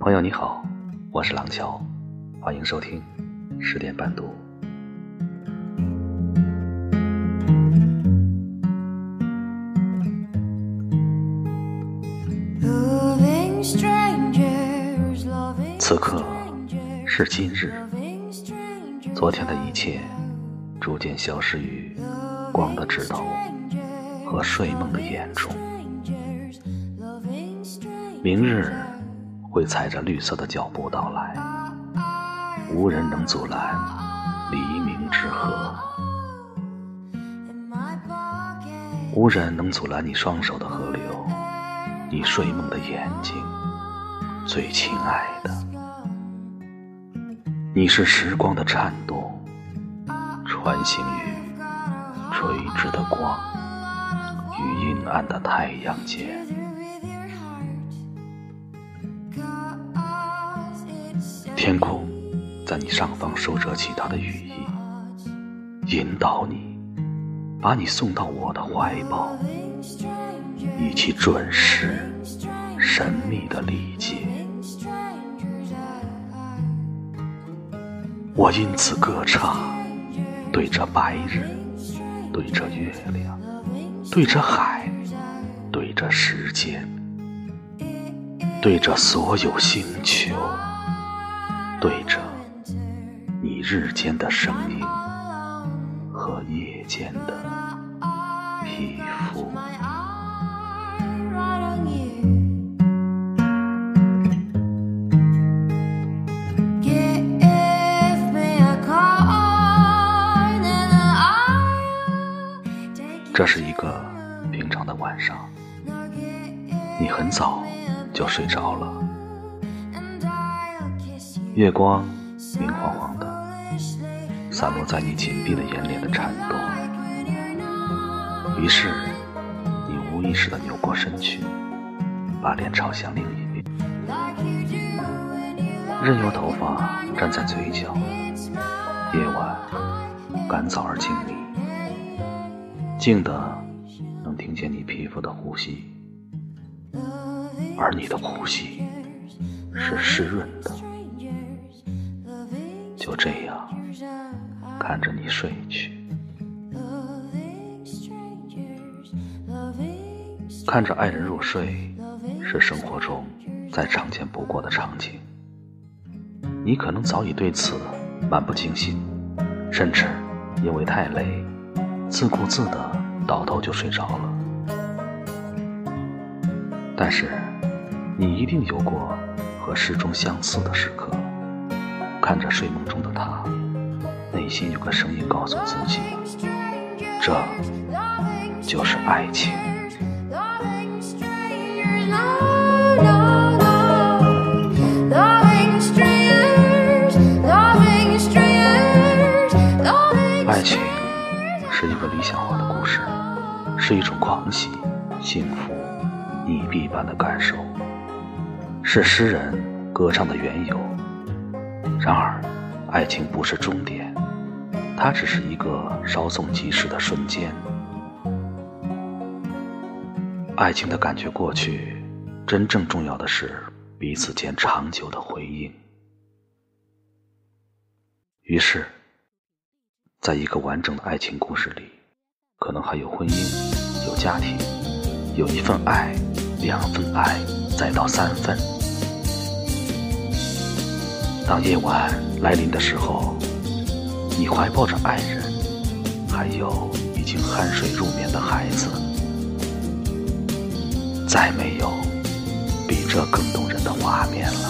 朋友你好，我是廊桥，欢迎收听10点半读。此刻是今日，昨天的一切逐渐消失于光的指头和睡梦的眼中。明日会踩着绿色的脚步到来，无人能阻拦黎明之河，无人能阻拦你双手的河流，你睡梦的眼睛，最亲爱的。你是时光的颤动，穿行于垂直的光与阴暗的太阳间。天空在你上方收折起它的羽翼，引导你，把你送到我的怀抱，一起准时神秘的理解。我因此歌唱，对着白日，对着月亮，对着海，对着时间，对着所有星球，对着你日间的声音和夜间的皮肤。这是一个平常的晚上，你很早就睡着了，月光明晃晃的散落在你紧闭的眼帘的颤动，于是你无意识地扭过身去，把脸朝向另一边，任由头发粘在嘴角。夜晚干燥而静谧，静得能听见你皮肤的呼吸，而你的呼吸是湿润的。就这样看着你睡去，看着爱人入睡，是生活中再常见不过的场景。你可能早已对此漫不经心，甚至因为太累自顾自地倒头就睡着了。但是你一定有过和诗中相似的时刻，看着睡梦中的他，内心有个声音告诉自己，这就是爱情。爱情是一个理想化的故事，是一种狂喜、幸福、溺毙般的感受，是诗人歌唱的缘由。然而爱情不是终点，它只是一个稍纵即逝的瞬间。爱情的感觉过去，真正重要的是彼此间长久的回应。于是在一个完整的爱情故事里，可能还有婚姻，有家庭，有1份爱，2份爱，再到3份。当夜晚来临的时候，你怀抱着爱人，还有已经酣睡入眠的孩子，再没有比这更动人的画面了。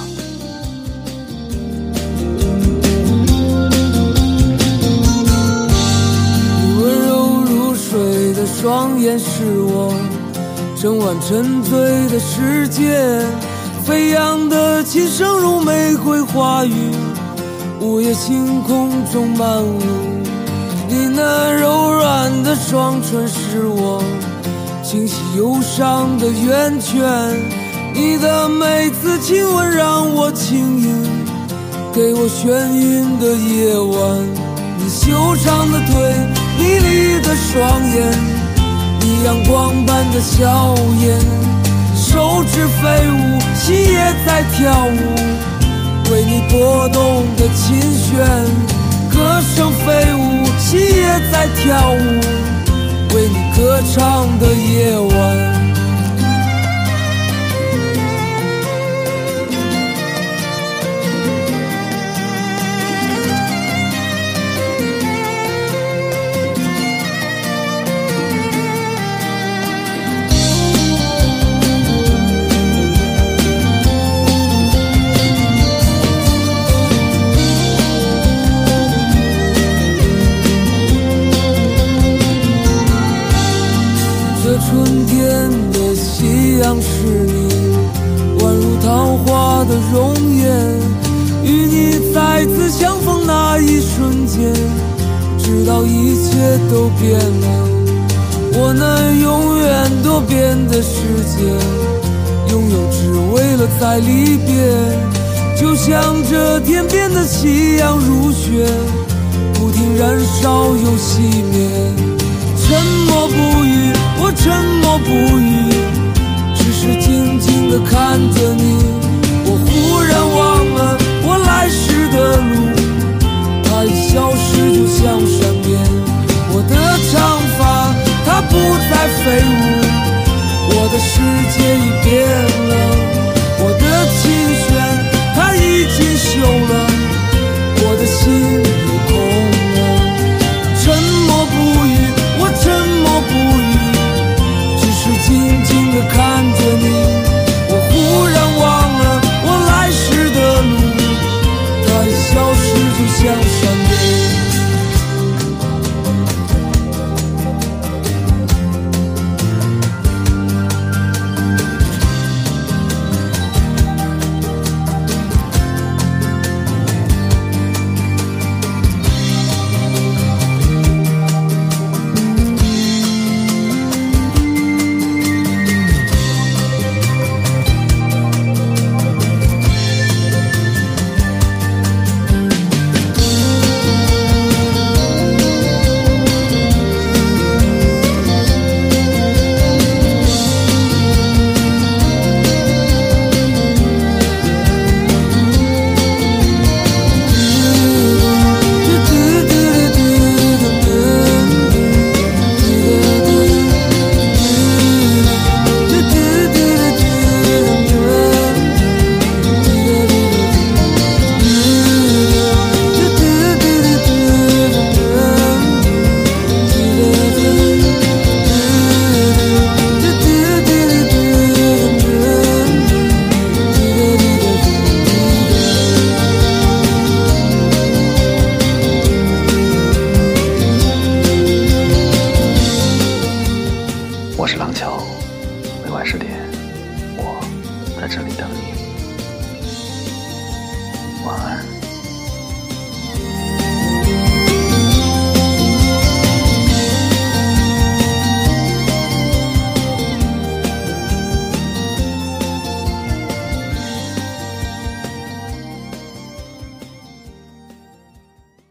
你温柔入睡的双眼是我整晚沉醉的世界，飞扬的琴声如玫瑰花语，午夜星空中漫舞。你那柔软的双唇是我清晰忧伤的源泉，你的每次亲吻让我轻盈，给我眩晕的夜晚。你修长的腿，迷离的双眼，你阳光般的笑颜， 手指飞舞，心也在跳舞，为你拨动的琴弦，歌声飞舞，心也在跳舞，为你歌唱的夜晚。春天的夕阳是你，宛如桃花的容颜，与你再次相逢那一瞬间，直到一切都变了。我那永远多变的世界，拥有只为了再离别，就像这天边的夕阳如雪，不停燃烧又熄灭。沉默不语，我沉默不语，只是静静地看着你。我忽然忘了我来时的路，它已消失就像闪电。我的长发它不再飞舞，我的世界已变了。我的琴弦它已经锈了，我的心也空了。沉默不语，我沉默不语，只是静静地看着你。我忽然忘了我来时的路，它已消失就像闪电。 我是廊桥，每晚10点，我在这里等你。晚安。